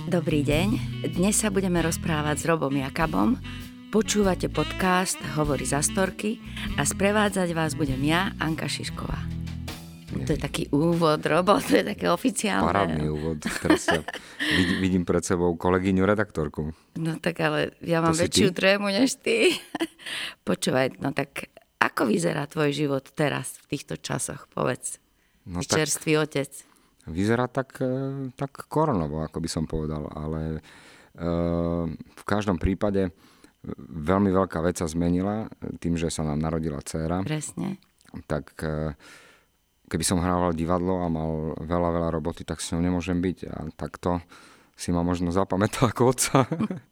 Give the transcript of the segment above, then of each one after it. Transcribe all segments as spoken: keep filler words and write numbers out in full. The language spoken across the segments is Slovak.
Dobrý deň, dnes sa budeme rozprávať s Robom Jakabom. Počúvate podcast Hovory za storky a sprevádzať vás budem ja, Anka Šišková. Nie. To je taký úvod, Robo, to je také oficiálne. Parádny úvod, teraz sa vidím, vidím pred sebou kolegyňu redaktorku. No tak ale ja mám väčšiu trému než ty. Počúvaj, no tak ako vyzerá tvoj život teraz v týchto časoch, povedz. No tak... čerstvý otec. Vyzerá tak, tak koronovo, ako by som povedal, ale e, v každom prípade veľmi veľká vec sa zmenila tým, že sa nám narodila dcéra. Presne. Tak e, keby som hrával divadlo a mal veľa, veľa roboty, tak s ňou nemôžem byť. A takto si ma možno zapamätal ako otca.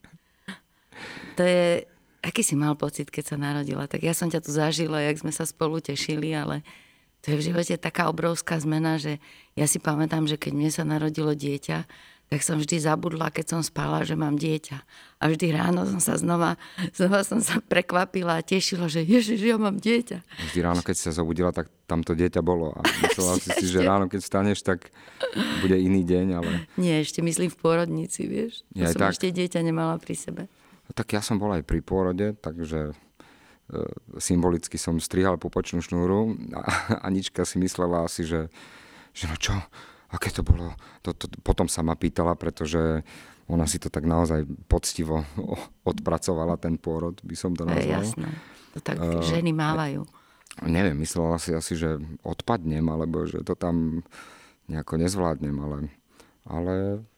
To je, aký si mal pocit, keď sa narodila? Tak ja som ťa tu zažila, jak sme sa spolu tešili, ale... To je v živote taká obrovská zmena, že ja si pamätám, že keď mne sa narodilo dieťa, tak som vždy zabudla, keď som spala, že mám dieťa. A vždy ráno som sa znova, znova som sa prekvapila a tešila, že ježiš, ja mám dieťa. Vždy ráno, keď si sa zobudila, tak tam to dieťa bolo. A myslela si si, že ráno, keď staneš, tak bude iný deň, ale... Nie, ešte myslím v pôrodnici, vieš. Ja som tak... ešte dieťa nemala pri sebe. Tak ja som bola aj pri pôrode, takže... symbolicky som strihal pupočnú šnúru a Anička si myslela asi, že, že no čo, aké to bolo. To, to, potom sa ma pýtala, pretože ona si to tak naozaj poctivo odpracovala, ten pôrod, by som to nazval. Je jasné, to tak uh, ženy mávajú. Neviem, myslela si asi, že odpadnem, alebo že to tam nejako nezvládnem, ale, ale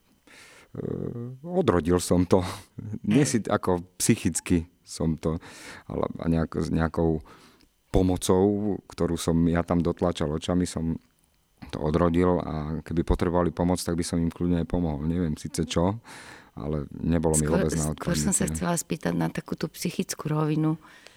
uh, odrodil som to. Nie si ako psychicky som to, ale nejak, s nejakou pomocou, ktorú som ja tam dotlačal očami, som to odrodil a keby potrebovali pomoc, tak by som im kľudne aj pomohol. Neviem síce čo, ale nebolo mi vôbec na odpovedníci. Skôr som sa chcela spýtať na takú tú psychickú rovinu,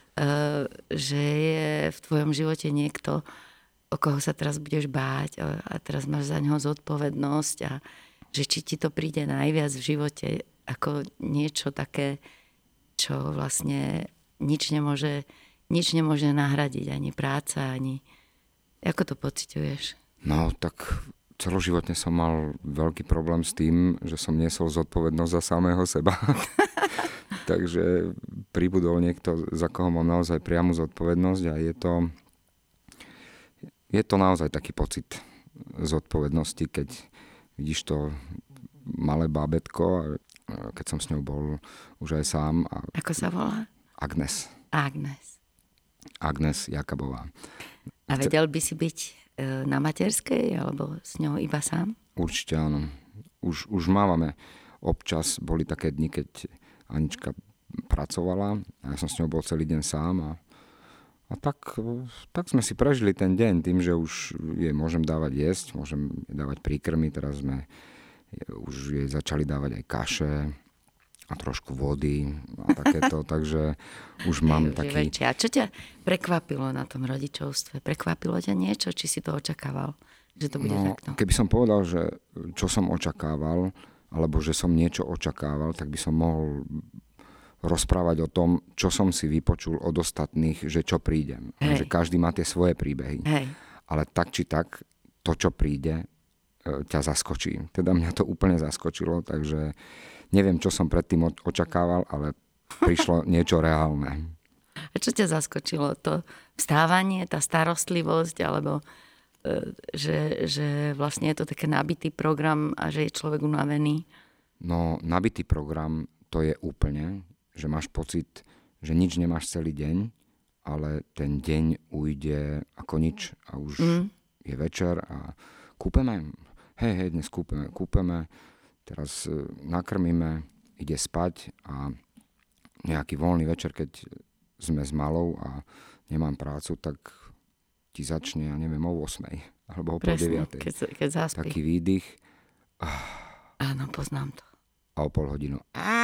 že je v tvojom živote niekto, o koho sa teraz budeš báť a teraz máš za ňoho zodpovednosť a že či ti to príde najviac v živote ako niečo také, čo vlastne nič nemôže, nič nemôže nahradiť, ani práca, ani... Ako to pociťuješ? No, tak celoživotne som mal veľký problém s tým, že som niesol zodpovednosť za samého seba. Takže pribudol niekto, za koho mám naozaj priamu zodpovednosť a je to... Je to naozaj taký pocit zodpovednosti, keď vidíš to malé bábätko, keď som s ňou bol už aj sám. A... Ako sa volá? Agnes. Agnes. Agnes Jakabová. A vedel by si byť na materskej, alebo s ňou iba sám? Určite áno. Už, už mávame. Občas boli také dni, keď Anička pracovala a ja som s ňou bol celý deň sám a, a tak, tak sme si prežili ten deň tým, že už jej môžem dávať jesť, môžem dávať príkrmy, teraz sme už jej začali dávať aj kaše a trošku vody a takéto, takže už mám taký... A čo ťa prekvapilo na tom rodičovstve? Prekvapilo ťa niečo, či si to očakával, že to bude no, takto? Keby som povedal, že čo som očakával, alebo že som niečo očakával, tak by som mohol rozprávať o tom, čo som si vypočul od ostatných, že čo príde. Že každý má tie svoje príbehy. Hej. Ale tak či tak, to, čo príde, ťa zaskočí. Teda mňa to úplne zaskočilo, takže neviem, čo som predtým očakával, ale prišlo niečo reálne. A čo ťa zaskočilo? To vstávanie, tá starostlivosť, alebo že, že vlastne je to také nabitý program a že je človek unavený? No, nabitý program to je úplne, že máš pocit, že nič nemáš celý deň, ale ten deň ujde ako nič a už mm. je večer a kúpeme hej, hej, dnes kúpeme, kúpeme, teraz nakrmíme, ide spať a nejaký voľný večer, keď sme s malou a nemám prácu, tak ti začne, ja neviem, o ôsmej alebo o pol deviatej. Keď, keď zaspí. Taký výdych. Áno, poznám to. A o pol hodinu. A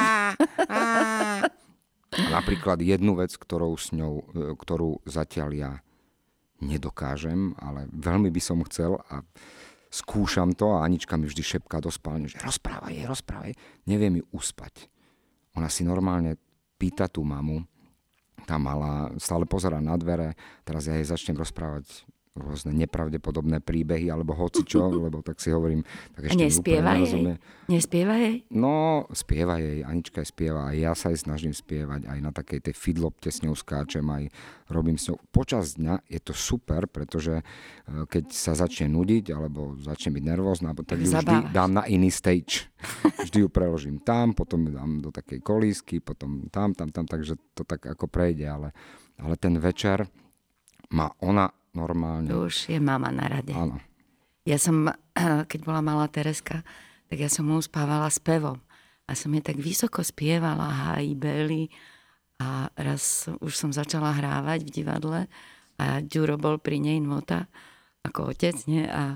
napríklad jednu vec, ktorou s ňou, ktorú zatiaľ ja nedokážem, ale veľmi by som chcel a skúšam to a Anička mi vždy šepká do spálne, že rozprávaj, rozprávaj. Neviem ju uspať. Ona si normálne pýta tú mamu, tá malá, stále pozerá na dvere, teraz ja jej začnem rozprávať rôzne nepravdepodobné príbehy alebo hocičo, lebo tak si hovorím, tak ešte mi úplne nerozumie. Nespieva jej? No, spieva jej, Anička jej spieva, aj ja sa jej snažím spievať, aj na takej tej fidlopte s ňou skáčem, aj robím s ňou. Počas dňa je to super, pretože keď sa začne nudiť, alebo začne byť nervózna, tak ju vždy dám na iný stage. Vždy ju preložím tam, potom ju dám do takej kolísky, potom tam, tam, tam, takže to tak ako prejde, ale, ale ten večer má ona normálne. Už je mama na rade. Áno. Ja som, keď bola malá Tereska, tak ja som mu spávala spevom. A som jej tak vysoko spievala hajbeli a raz už som začala hrávať v divadle a Ďuro bol pri nej nota ako otec, nie? A,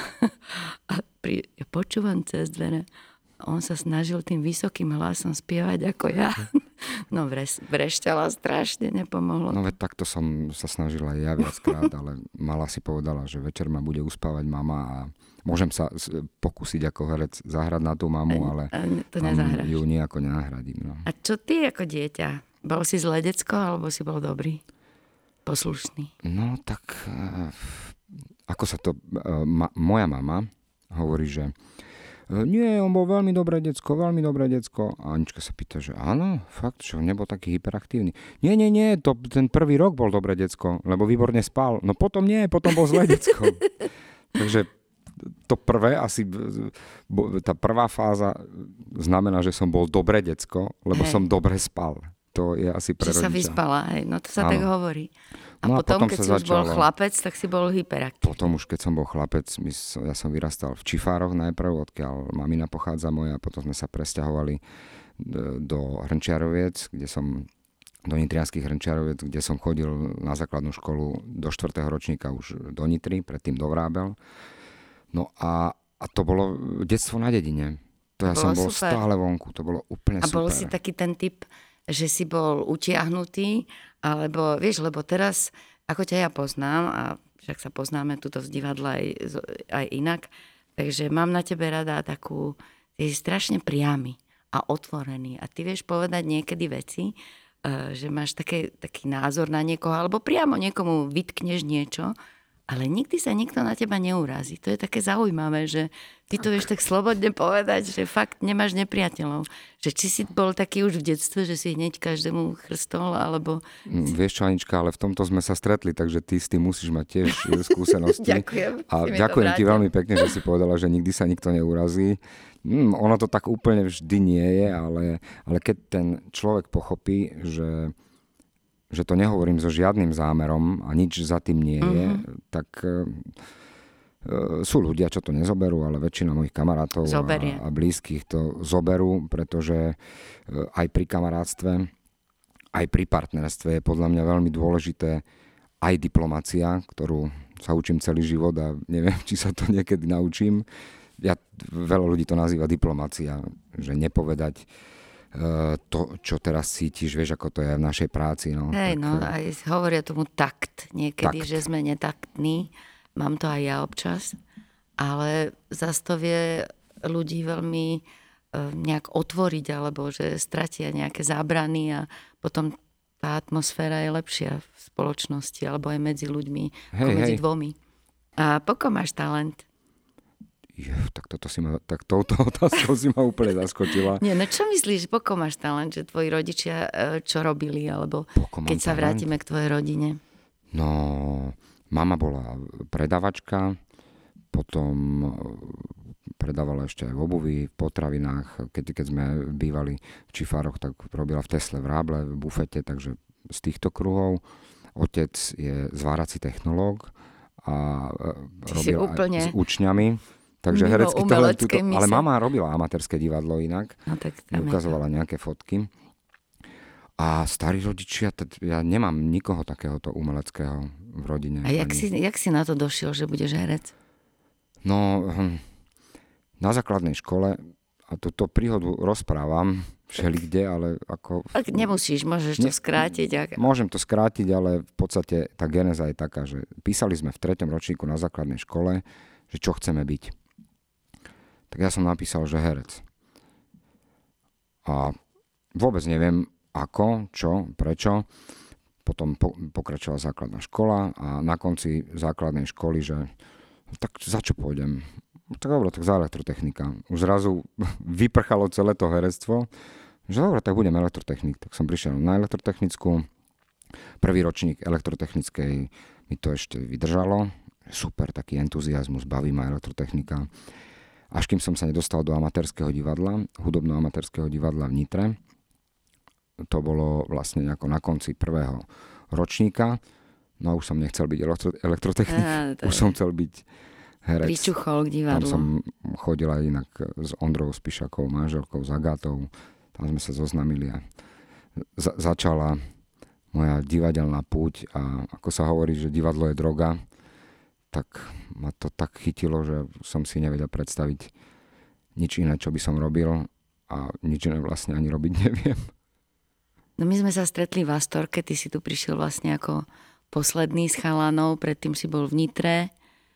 a pri, ja počúvam cez dvere. On sa snažil tým vysokým hlasom spievať ako ja. No vrešťala strašne, nepomohlo. No veď takto som sa snažila aj ja viackrát, ale mala si povedala, že večer ma bude uspávať mama a môžem sa pokúsiť ako herec zahrať na tú mamu, ale a to tam ju nejako nenahradím. No. A čo ty ako dieťa? Bol si zlé decko alebo si bol dobrý? Poslušný? No tak, ako sa to... Ma, moja mama hovorí, že nie, on bol veľmi dobré decko, veľmi dobré decko. A Anička sa pýta, že áno, fakt, že on nebol taký hyperaktívny. Nie, nie, nie, to, ten prvý rok bol dobré decko, lebo výborne spal. No potom nie, potom bol zlé decko. Takže to prvé, asi tá prvá fáza znamená, že som bol dobré decko, lebo hej. som dobre spal. To je asi pre rodiča. Že sa vyspala, hej, no to sa áno. tak hovorí. A, no potom, a potom, keď si začalo, už bol chlapec, tak si bol hyperaktívny. Potom už, keď som bol chlapec, my, ja som vyrastal v Čifároch najprv, odkiaľ mamina pochádza moja, potom sme sa presťahovali do Hrnčiaroviec, kde som, do Nitrianskych Hrnčiaroviec, kde som chodil na základnú školu do štvrtého ročníka už do Nitry, predtým do Vrábel. No a, a to bolo detstvo na dedine. To, to ja som bol super. Stále vonku, to bolo úplne a super. A bol si taký ten typ, že si bol utiahnutý, alebo vieš, lebo teraz, ako ťa ja poznám, a však sa poznáme tuto z divadla aj, aj inak, takže mám na tebe rada takú, ty si strašne priamy a otvorený a ty vieš povedať niekedy veci, že máš také, taký názor na niekoho, alebo priamo niekomu vytkneš niečo, ale nikdy sa nikto na teba neurazí. To je také zaujímavé, že ty to vieš tak slobodne povedať, že fakt nemáš nepriateľov. Že či si bol taký už v detstve, že si hneď každému chrstol, alebo... Vieš čo, Anička, ale v tomto sme sa stretli, takže ty s tým musíš mať tiež skúsenosti. Ďakujem. A ďakujem ti veľmi pekne, že si povedala, že nikdy sa nikto neurazí. Hm, ono to tak úplne vždy nie je, ale, ale keď ten človek pochopí, že... že to nehovorím so žiadnym zámerom a nič za tým nie je, mm-hmm. tak e, sú ľudia, čo to nezoberú, ale väčšina mojich kamarátov a, a blízkych to zoberú, pretože e, aj pri kamarátstve, aj pri partnerstve je podľa mňa veľmi dôležité aj diplomacia, ktorú sa učím celý život a neviem, či sa to niekedy naučím. Ja, veľa ľudí to nazýva diplomacia, že nepovedať to, čo teraz cítiš, vieš, ako to je v našej práci. No. Hej, tak, no, aj hovoria tomu takt niekedy, takt. Že sme netaktní. Mám to aj ja občas. Ale zas to vie ľudí veľmi e, nejak otvoriť, alebo že stratia nejaké zábrany a potom tá atmosféra je lepšia v spoločnosti, alebo aj medzi ľuďmi, hej, ako medzi hej. dvomi. A poko máš talent? Je, tak toto si ma, tak touto otázkou si ma úplne zaskočila. Nie, no čo myslíš, poko máš talent, že tvoji rodičia čo robili, alebo keď sa talent? Vrátime k tvojej rodine? No, mama bola predavačka, potom predávala ešte aj v obuvi, v potravinách. Keď, keď sme bývali v Čifároch, tak robila v Tesle v Ráble, v bufete, takže z týchto kruhov. Otec je zvárací technológ a robil úplne... aj s učňami. Takže herecký talent, tuto, ale mama robila amatérske divadlo inak. No, tak ukazovala nejaké fotky. A starí rodičia, ja nemám nikoho takéhoto umeleckého v rodine. A jak si, jak si na to došiel, že budeš herec? No, na základnej škole, a túto príhodu rozprávam všelikde, ale ako... Tak nemusíš, môžeš to ne, skrátiť. Ak... Môžem to skrátiť, ale v podstate tá genéza je taká, že písali sme v treťom ročníku na základnej škole, že čo chceme byť. Tak ja som napísal, že herec. A vôbec neviem ako, čo, prečo. potom po, pokračovala základná škola a na konci základnej školy, že tak za čo pôjdem? Tak dobre, tak za elektrotechnika. Už zrazu vyprchalo celé to herectvo, že dobre, tak budem elektrotechnik. Tak som prišiel na elektrotechnickú. Prvý ročník elektrotechnickej mi to ešte vydržalo. Super, taký entuziasmus, baví ma elektrotechnika. Až kým som sa nedostal do amatérskeho divadla, hudobno-amatérskeho divadla v Nitre. To bolo vlastne ako na konci prvého ročníka. No a už som nechcel byť elektro- elektrotechnik, á, už som chcel byť herec. Pričuchol k divadlu. Tam som chodil aj inak s Ondrou Spišakovou, manželkou, s Agátou. Tam sme sa zoznamili a za- začala moja divadelná púť a ako sa hovorí, že divadlo je droga, tak ma to tak chytilo, že som si nevedel predstaviť nič iné, čo by som robil a nič iné vlastne ani robiť neviem. No my sme sa stretli v Astorke, ty si tu prišiel vlastne ako posledný z chalanov, predtým si bol v Nitre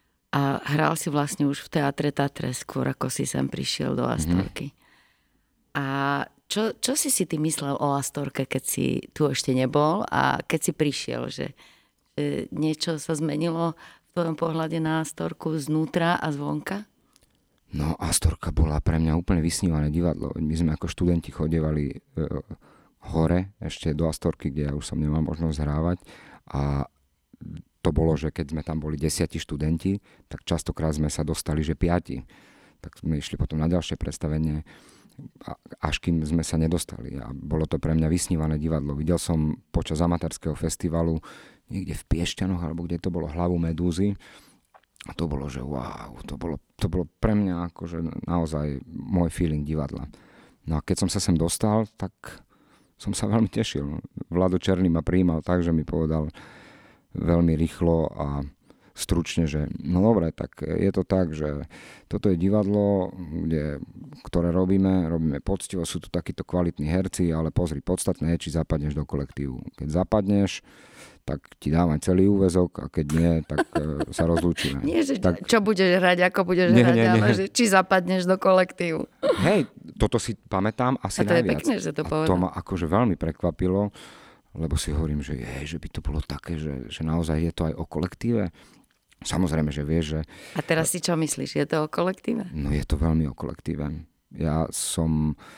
a hral si vlastne už v Teatre Tatre skôr, ako si sem prišiel do Astorky. Mm-hmm. A čo, čo si si ty myslel o Astorke, keď si tu ešte nebol a keď si prišiel, že, že niečo sa zmenilo v tvojom pohľade na Astorku znútra a zvonka? No Astorka bola pre mňa úplne vysnívané divadlo. My sme ako študenti chodievali e, hore ešte do Astorky, kde ja už som nemal možnosť hrávať a to bolo, že keď sme tam boli desiati študenti, tak častokrát sme sa dostali, že piati. Tak sme išli potom na ďalšie predstavenie, až kým sme sa nedostali. A bolo to pre mňa vysnívané divadlo. Videl som počas amatérskeho festivalu niekde v Piešťanoch, alebo kde to bolo, Hlavu Medúzy. A to bolo, že wow, to bolo, to bolo pre mňa akože naozaj môj feeling divadla. No a keď som sa sem dostal, tak som sa veľmi tešil. Vlado Černý ma prijímal tak, že mi povedal veľmi rýchlo a stručne, že no dobre, tak je to tak, že toto je divadlo, kde, ktoré robíme, robíme poctivo, sú tu takíto kvalitní herci, ale pozri, podstatné je, či zapadneš do kolektívu. Keď zapadneš, tak ti dáme celý úväzok a keď nie, tak e, sa rozlúčime. Nie, že tak, čo budeš hrať, ako budeš nie, hrať, nie, ale nie. Že či zapadneš do kolektívu. Hej, toto si pamätám asi a to najviac. Je pekné, že to povedal. A to ma akože veľmi prekvapilo, lebo si hovorím, že je, že by to bolo také, že, že naozaj je to aj o kolektíve. Samozrejme, že vieš, že... A teraz si čo myslíš? Je to o kolektíve? No je to veľmi o kolektíve. Ja som uh,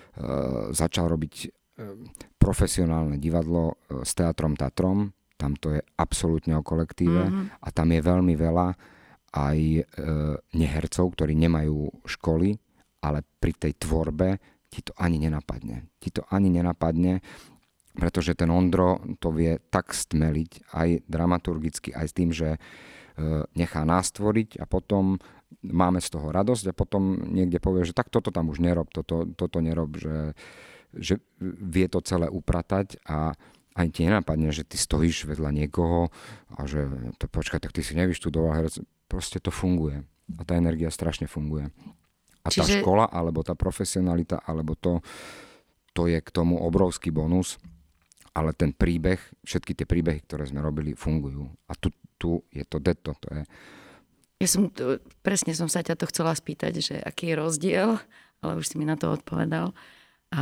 začal robiť uh, profesionálne divadlo uh, s Teatrom Tatrom. Tam to je absolútne o kolektíve mm-hmm. a tam je veľmi veľa aj uh, nehercov, ktorí nemajú školy, ale pri tej tvorbe ti to ani nenapadne. Ti to ani nenapadne, pretože ten Ondro to vie tak stmeliť aj dramaturgicky, aj s tým, že nechá nás tvoriť a potom máme z toho radosť a potom niekde povie, že tak toto tam už nerob, toto, toto nerob, že, že vie to celé upratať a aj ti nenapadne, že ty stojíš vedľa niekoho a že to, počkaj, tak ty si nevyštudoval herec. Proste to funguje a tá energia strašne funguje. A tá Čiže... škola, alebo tá profesionalita, alebo to, to je k tomu obrovský bonus, ale ten príbeh, všetky tie príbehy, ktoré sme robili, fungujú. A tu tu je to detto, to je... Ja som, presne som sa ťa to chcela spýtať, že aký je rozdiel, ale už si mi na to odpovedal. A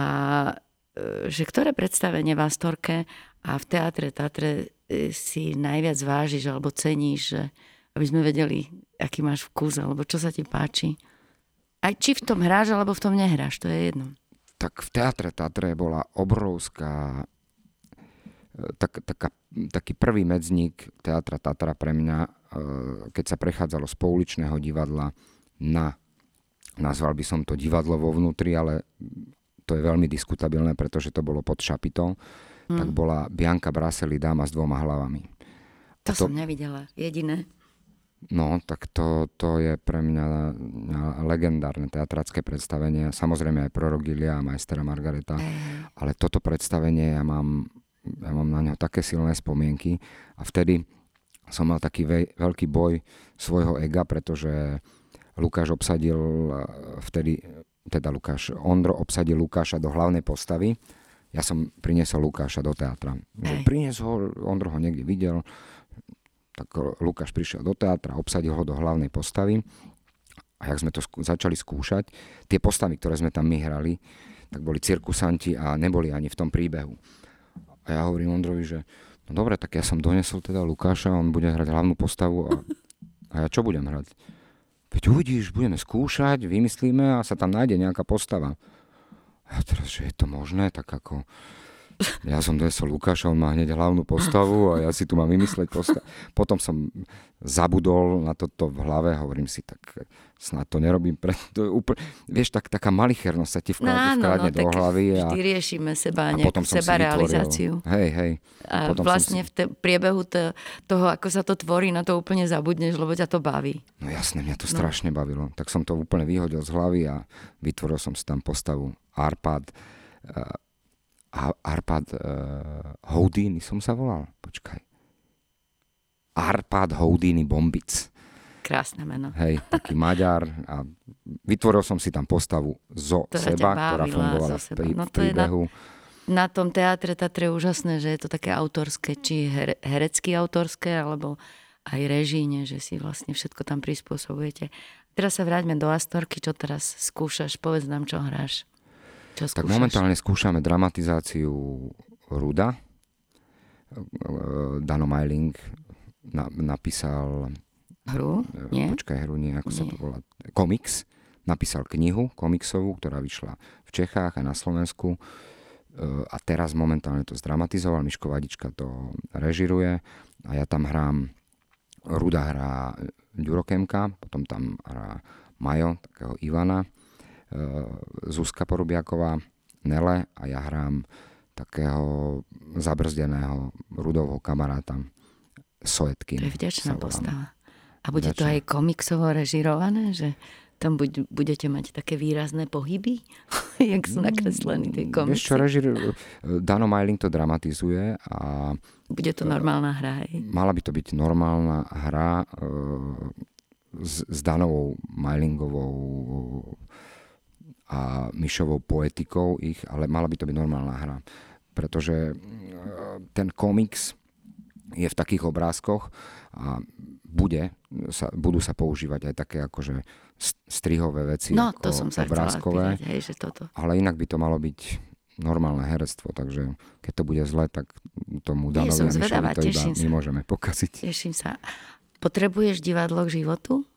že ktoré predstavenie v Astorke a v Teatre Tatre si najviac vážiš alebo ceníš, že aby sme vedeli, aký máš vkus, alebo čo sa ti páči. Aj či v tom hráš, alebo v tom nehráš, to je jedno. Tak v Teatre Tatre bola obrovská Tak, taká, taký prvý medzník Teatra Tatra pre mňa, keď sa prechádzalo z pouličného divadla na, nazval by som to divadlo vo vnútri, ale to je veľmi diskutabilné, pretože to bolo pod šapitou, hmm. tak bola Bianca Braseli, Dáma s dvoma hlavami. To, to som nevidela, jediné. No, tak to, to je pre mňa legendárne teatracké predstavenie. Samozrejme aj Prorok Ilia a Majstera Margareta, Ej. ale toto predstavenie ja mám ja mám na ňo také silné spomienky a vtedy som mal taký ve- veľký boj svojho ega, pretože Lukáš obsadil vtedy, teda Lukáš, Ondro obsadil Lukáša do hlavnej postavy. Ja som priniesol Lukáša do teatra. Priniesol, Ondro ho niekde videl, tak Lukáš prišiel do teatra, obsadil ho do hlavnej postavy a jak sme to skú- začali skúšať, tie postavy, ktoré sme tam my hrali, tak boli cirkusanti a neboli ani v tom príbehu. A ja hovorím Ondrovi, že no dobre, tak ja som donesol teda Lukáša, on bude hrať hlavnú postavu a, a ja čo budem hrať? Veď uvidíš, budeme skúšať, vymyslíme a sa tam nájde nejaká postava. A teraz, že je to možné, tak ako... Ja som donesol Lukáša, on má hneď hlavnú postavu a ja si tu mám vymysleť postavu. Potom som zabudol na toto v hlave a hovorím si, tak snad to nerobím. Pre... To je úplne... Vieš, tak, taká malichernosť sa ti vkladne no, no, do hlavy. A vždy riešime seba, nejakú seba realizáciu. Hej, hej. A potom vlastne si... v te- priebehu te- toho, ako sa to tvorí, na to úplne zabudneš, lebo ťa to baví. No jasne, mňa to no. strašne bavilo. Tak som to úplne vyhodil z hlavy a vytvoril som si tam postavu Arpad. Arpad uh, Houdini som sa volal. Počkaj. Arpad Houdini Bombic. Krásne meno. Hej, taký Maďar. A vytvoril som si tam postavu zo ktorá seba, ktorá fungovala v prí, no príbehu. Na, na tom teátre Tatre je úžasné, že je to také autorské, či her, herecky autorské, alebo aj režíne, že si vlastne všetko tam prispôsobujete. Teraz sa vráťme do Astorky. Čo teraz skúšaš? Povedz nám, čo hráš. Tak momentálne skúšame dramatizáciu Ruda. Dano Majling na, napísal... Hru? Nie? Počkaj, hru nie, ako nie. Sa to volá. Komiks. Napísal knihu komiksovú, ktorá vyšla v Čechách a na Slovensku. A teraz momentálne to zdramatizoval. Miško Vadička to režiruje. A ja tam hrám... Ruda hrá Ďurokemka, potom tam hrá Majo, takého Ivana, Zuzka Porubiaková, Nele a ja hrám takého zabrzdeného Rudovho kamaráta Sojetkin. To je vďačná postava. A bude vďačná. To aj komiksovo režirované, že tam buď, budete mať také výrazné pohyby, jak sú nakreslení tie komiksy. Vieš čo, režir... Dano Majling to dramatizuje a... Bude to normálna hra, hej? Mala by to byť normálna hra e, s, s Danovou Majlingovou a Mišovou poetikou ich, ale mala by to byť normálna hra. Pretože ten komiks je v takých obrázkoch a bude, sa, budú sa používať aj také akože strihové veci, no, ako to som sa obrázkové. Pýtať, hej, že toto. Ale inak by to malo byť normálne herectvo, takže keď to bude zle, tak tomu Danovi a Mišovi to iba my môžeme pokaziť. Teším sa. Potrebuješ divadlo k životu?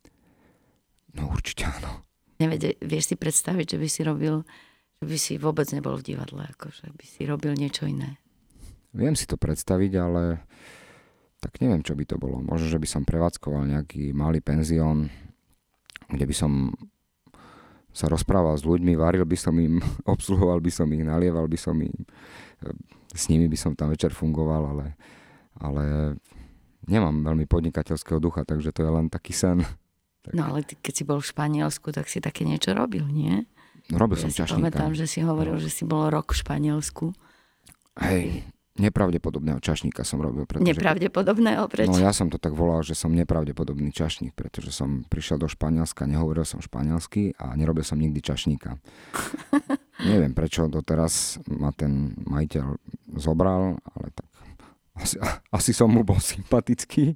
No určite áno. Nevede, vieš si predstaviť, že by si robil, že by si vôbec nebol v divadle, akože by si robil niečo iné? Viem si to predstaviť, ale tak neviem, čo by to bolo. Možno, že by som prevádzkoval nejaký malý penzión, kde by som sa rozprával s ľuďmi, varil by som im, obsluhoval by som ich, nalieval by som im, s nimi by som tam večer fungoval, ale, ale nemám veľmi podnikateľského ducha, takže to je len taký sen. Tak. No ale ty, keď si bol v Španielsku, tak si také niečo robil, nie? Robil ja som si čašníka. Pamätám, že si hovoril, no. že si bol rok v Španielsku. Hej, nepravdepodobného čašníka som robil. Pretože, nepravdepodobného? Prečo? No ja som to tak volal, že som nepravdepodobný čašník, pretože som prišiel do Španielska, nehovoril som španielsky a nerobil som nikdy čašníka. Neviem, prečo doteraz ma ten majiteľ zobral, ale tak asi, asi som mu bol sympatický.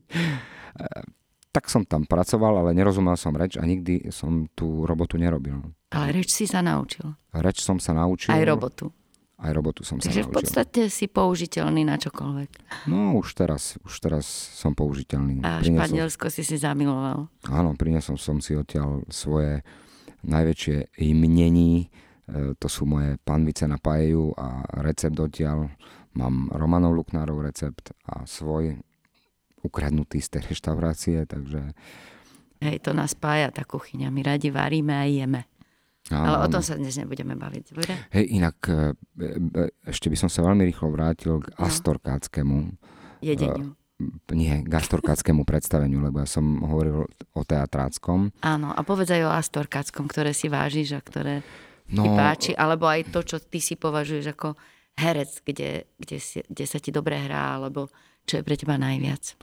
Tak som tam pracoval, ale nerozumel som reč a nikdy som tú robotu nerobil. Ale reč si sa naučil. Reč som sa naučil. Aj robotu. Aj robotu som Takže sa naučil. Takže v podstate si použiteľný na čokoľvek. No už teraz, už teraz som použiteľný. A priniesol... Španielsko si si zamiloval. Áno, priniesol som si odtiaľ svoje najväčšie jmnení. E, to sú moje panvice na paeju a recept odtiaľ. Mám Romanov Luknárov recept a svoj ukradnutý z tej reštaurácie, takže... Hej, to nás spája tá kuchyňa. My radi varíme a jeme. Áno, ale o tom sa dnes nebudeme baviť. Bude? Hej, inak ešte by som sa veľmi rýchlo vrátil k no. astorkáckému... Jedeniu. Uh, nie, k astorkáckému predstaveniu, lebo ja som hovoril o teatráckom. Áno, a povedz aj o astorkáckom, ktoré si vážiš a ktoré no, ti páči, alebo aj to, čo ty si považuješ ako herec, kde, kde, si, kde sa ti dobre hrá, alebo čo je pre teba najviac.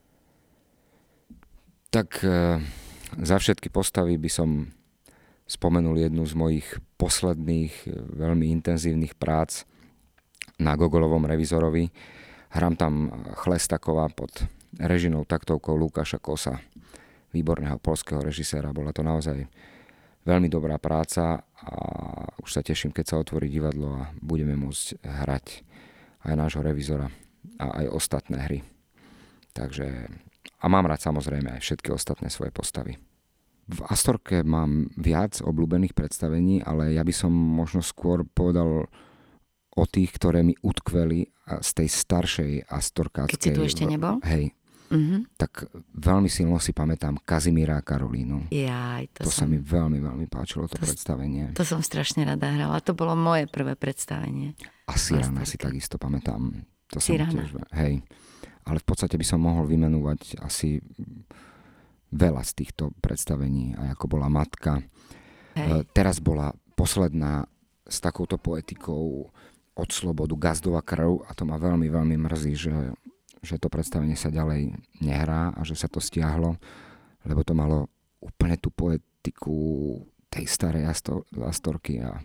Tak e, za všetky postavy by som spomenul jednu z mojich posledných veľmi intenzívnych prác na Gogolovom revizorovi. Hrám tam Chlestaková pod režinou taktovkou Lukáša Kosa, výborného poľského režiséra. Bola to naozaj veľmi dobrá práca a už sa teším, keď sa otvorí divadlo a budeme môcť hrať aj nášho revizora a aj ostatné hry. Takže, a mám rád samozrejme aj všetky ostatné svoje postavy. V Astorke mám viac obľúbených predstavení, ale ja by som možno skôr povedal o tých, ktoré mi utkveli z tej staršej astorkáckej. Keď si tu ešte nebol? Hej. Mm-hmm. Tak veľmi silno si pamätám Kazimíra a Karolínu. Jaj, to, to som... sa mi veľmi, veľmi páčilo, to, to predstavenie. To som strašne rada hrala. To bolo moje prvé predstavenie. A Cyrana si takisto pamätám. To Cyrana. Tiež, hej. Ale v podstate by som mohol vymenúvať asi veľa z týchto predstavení. Aj ako bola Matka. Hej. E, teraz bola posledná s takouto poetikou Od slobodu, Gazdova krv, a to ma veľmi, veľmi mrzí, že, že to predstavenie sa ďalej nehrá a že sa to stiahlo, lebo to malo úplne tú poetiku tej starej Astor, Astorky a e,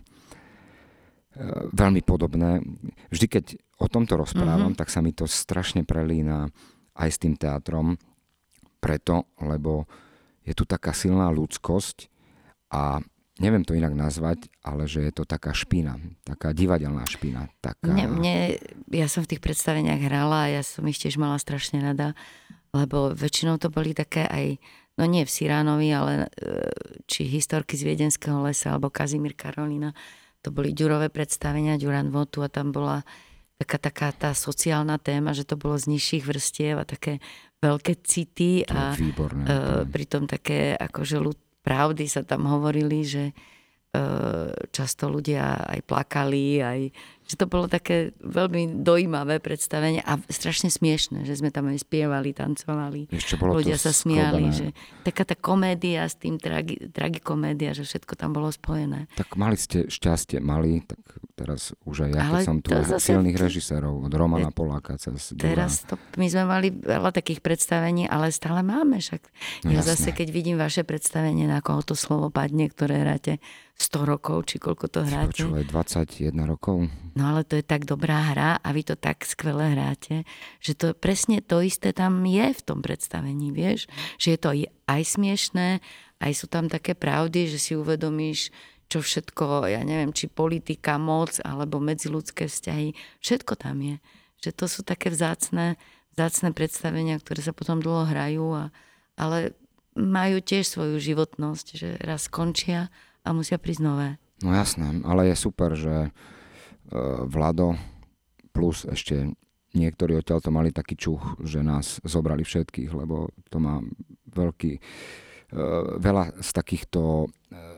veľmi podobné. Vždy, keď o tomto rozprávam, mm-hmm. tak sa mi to strašne prelína aj s tým teatrom, preto, lebo je tu taká silná ľudskosť a neviem to inak nazvať, ale že je to taká špina, taká divadelná špina. Taká... Mne, mne, ja som v tých predstaveniach hrala a ja som ich tiež mala strašne rada, lebo väčšinou to boli také aj, no nie v Cyránovi, ale či Historky z Viedenského lesa, alebo Kazimír Karolína, to boli Ďurové predstavenia, Ďuran Votu, a tam bola taká, taká tá sociálna téma, že to bolo z nižších vrstiev a také veľké city a výborné, uh, pritom také akože ľud pravdy sa tam hovorili, že e, často ľudia aj plakali, aj, že to bolo také veľmi dojímavé predstavenie a strašne smiešné, že sme tam aj spievali, tancovali. Ľudia sa smiali, že taká tá komédia s tým tragi, tragikomédia, že všetko tam bolo spojené. Tak mali ste šťastie, mali, tak teraz už aj ja, keď som tu silných t- režisérov, od Romana Poláka cez Ďura. Teraz to, my sme mali veľa takých predstavení, ale stále máme však. No, ja jasné. Zase, keď vidím vaše predstavenie, na koho to slovo padne, ktoré hráte sto rokov, či koľko to hráte. Počúvaj, dvadsaťjeden rokov. No ale to je tak dobrá hra a vy to tak skvele hráte, že to presne to isté tam je v tom predstavení, vieš? Že je to aj smiešné, aj sú tam také pravdy, že si uvedomíš, čo všetko, ja neviem, či politika, moc, alebo medziľudské vzťahy, všetko tam je. Že to sú také vzácne, vzácne predstavenia, ktoré sa potom dlho hrajú, a, ale majú tiež svoju životnosť, že raz skončia a musia prísť nové. No jasné, ale je super, že Vlado plus ešte niektorí odtiaľ to mali taký čuch, že nás zobrali všetkých, lebo to má veľký, veľa z takýchto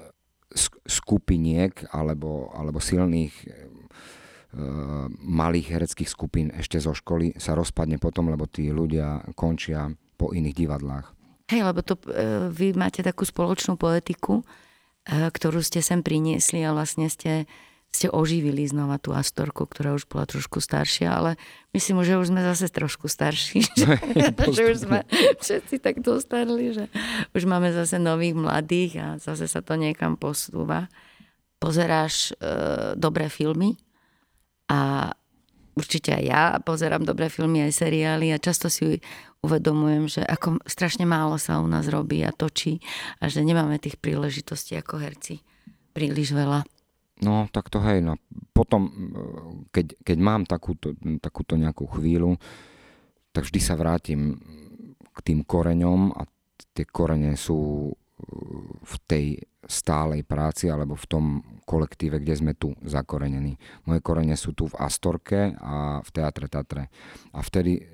skupiniek alebo, alebo silných malých hereckých skupín ešte zo školy sa rozpadne potom, lebo tí ľudia končia po iných divadlách. Hej, lebo to, vy máte takú spoločnú poetiku, ktorú ste sem priniesli a vlastne ste ste oživili znova tú Astorku, ktorá už bola trošku staršia, ale myslím, že už sme zase trošku starší. Že, že už sme všetci tak dostarli, že už máme zase nových mladých a zase sa to niekam posúva. Pozeráš e, dobré filmy a určite aj ja pozerám dobré filmy aj seriály a často si uvedomujem, že ako strašne málo sa u nás robí a točí a že nemáme tých príležitostí ako herci príliš veľa. No, tak to hej, no. Potom, keď, keď mám takúto, takúto nejakú chvíľu, tak vždy sa vrátim k tým koreňom a tie korene sú v tej stálej práci alebo v tom kolektíve, kde sme tu zakorenení. Moje korene sú tu v Astorke a v Teatre Tatre. A vtedy,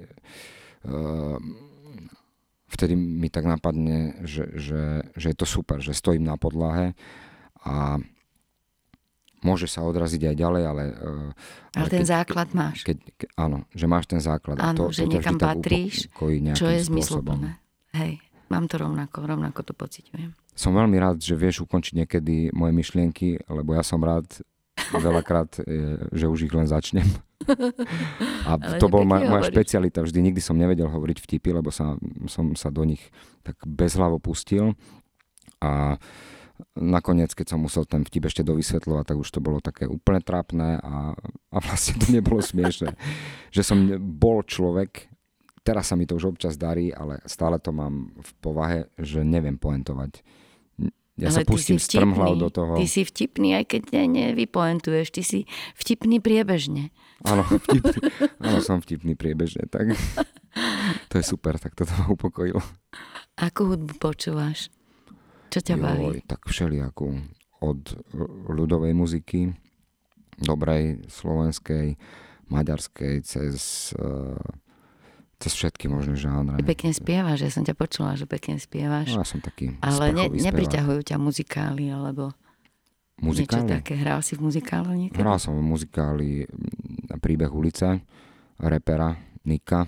vtedy mi tak napadne, že, že, že je to super, že stojím na podlahe a môže sa odraziť aj ďalej, ale... Ale, ale ten keď, základ máš. Keď, ke, áno, že máš ten základ. Áno, a to, že to niekam patríš, čo je zmysluplné. Hej, mám to rovnako, rovnako to pociťujem. Som veľmi rád, že vieš ukončiť niekedy moje myšlienky, lebo ja som rád veľakrát, že už ich len začnem. A to bol ma, moja špecialita. Vždy nikdy som nevedel hovoriť vtipy, lebo sa, som sa do nich tak bezhlavo pustil. A nakoniec, keď som musel ten vtip ešte dovysvetľovať, tak už to bolo také úplne trápne a, a vlastne to nebolo smiešné. Že som bol človek, teraz sa mi to už občas darí, ale stále to mám v povahe, že neviem pointovať. Ja ale sa pustím strmhlav do toho. Ty si vtipný, aj keď ne, nevypoentuješ. Ty si vtipný priebežne. Áno, vtipný. Áno, som vtipný priebežne. Tak. To je super, tak toto ma upokojilo. Akú hudbu počúvaš? Čo ťa baví? Joj, tak všelijakú. Od ľudovej muziky, dobrej, slovenskej, maďarskej, cez, cez všetky možné žánre. Pekne spievaš, ja som ťa počula, že pekne spievaš. No, ja som taký ale ne, sprchový nepriťahujú ťa muzikály, alebo muzikály? Niečo také. Hral si v muzikálu niekedy? Hral som v muzikáli Príbeh ulice, repera Nika,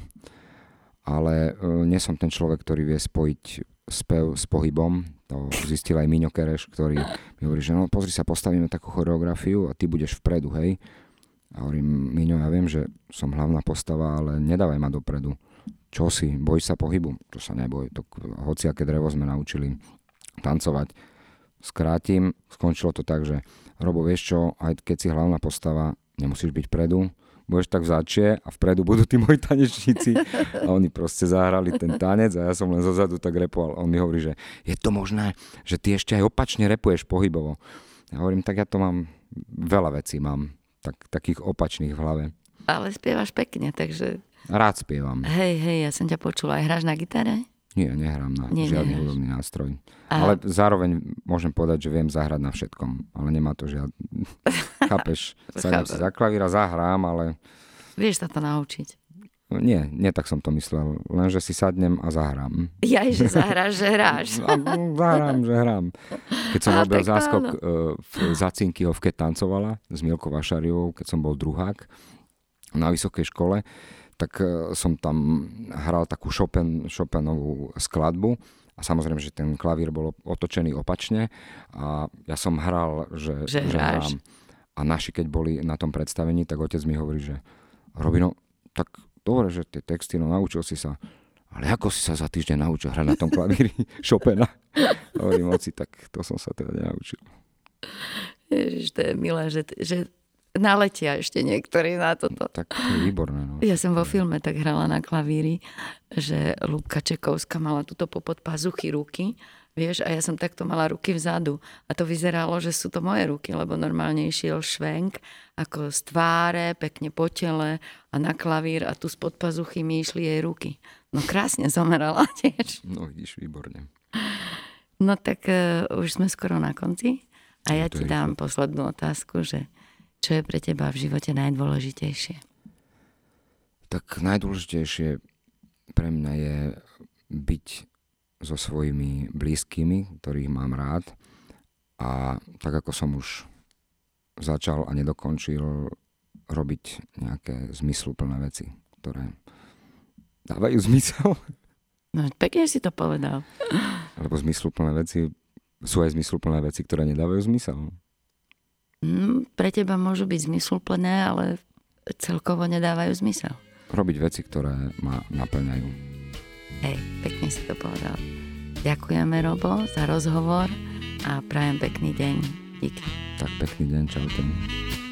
ale uh, nie som ten človek, ktorý vie spojiť spev s pohybom. To zistil aj Miňo Kereš, ktorý mi hovorí, že no pozri sa, postavíme takú choreografiu a ty budeš vpredu, hej. A hovorím, Miňo, ja viem, že som hlavná postava, ale nedávaj ma dopredu. Čo si, bojíš sa pohybu? To sa neboj. To, hociaké drevo sme naučili tancovať. Skrátim, skončilo to tak, že Robo, vieš čo, aj keď si hlavná postava, nemusíš byť vpredu, budeš tak vzačie a vpredu budú tí moji tanečníci. A oni proste zahrali ten tanec a ja som len zozadu tak repoval. A on mi hovorí, že je to možné, že ty ešte aj opačne repuješ pohybovo. Ja hovorím, tak ja to mám, veľa vecí mám, tak, takých opačných v hlave. Ale spievaš pekne, takže... Rád spievam. Hej, hej, ja som ťa počula. Aj hráš na gitare? Nie, nehrám na Nie, žiadny nehráš. hudobný nástroj. A... Ale zároveň môžem povedať, že viem zahrať na všetkom. Ale nemá to žiad... Chápeš? Sadnem si za klavír a zahrám, ale... Vieš sa to naučiť. Nie, nie tak som to myslel. Len, že si sadnem a zahrám. Ja, že zahráš, že hráš. Zahrám, že hrám. Keď som A, robil tak záskok áno. v Zacinkyho, keď tancovala s Milkou Vašariovou, keď som bol druhák na vysokej škole, tak som tam hral takú Chopin, Chopinovú skladbu a samozrejme, že ten klavír bol otočený opačne a ja som hral, že, Že že hráš. hrám. A naši, keď boli na tom predstavení, tak otec mi hovorí, že Robino, tak dobre, že tie texty, no naučil si sa, ale ako si sa za týždeň naučil hrať na tom klavíri Chopina? Hovorím, oci, tak to som sa teda nenaučil. Ježiš, to je milé, že, že naletia ešte niektorí na toto. Tak to je výborné. No. Ja som vo filme tak hrala na klavíri, že Ľubka Čekovská mala túto popod pazuchy ruky, vieš, a ja som takto mala ruky vzadu. A to vyzeralo, že sú to moje ruky, lebo normálne išiel švenk, ako z tváre, pekne po tele a na klavír a tu spod pazuchy mi išli jej ruky. No krásne zomerala tiež. No vidíš, výborne. No tak uh, už sme skoro na konci a ja No, to ti je dám rýchlo. poslednú otázku, že čo je pre teba v živote najdôležitejšie? Tak najdôležitejšie pre mňa je byť so svojimi blízkymi, ktorých mám rád. A tak ako som už začal a nedokončil robiť nejaké zmysluplné veci, ktoré dávajú zmysel. No pekne si to povedal. Lebo zmysluplné veci sú aj zmysluplné veci, ktoré nedávajú zmysel. Mm, pre teba môžu byť zmysluplné, ale celkovo nedávajú zmysel. Robiť veci, ktoré ma naplňajú. Hej, pekne si to povedal. Ďakujeme, Robo, za rozhovor a prajem pekný deň. Díky. Tak pekný deň, čaute.